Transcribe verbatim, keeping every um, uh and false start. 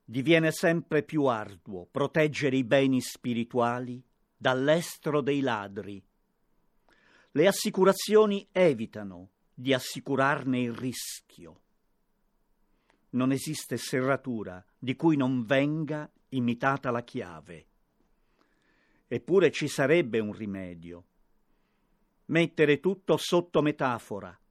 diviene sempre più arduo proteggere i beni spirituali dall'estro dei ladri. Le assicurazioni evitano di assicurarne il rischio. Non esiste serratura di cui non venga imitata la chiave. Eppure ci sarebbe un rimedio. Mettere tutto sotto metafora,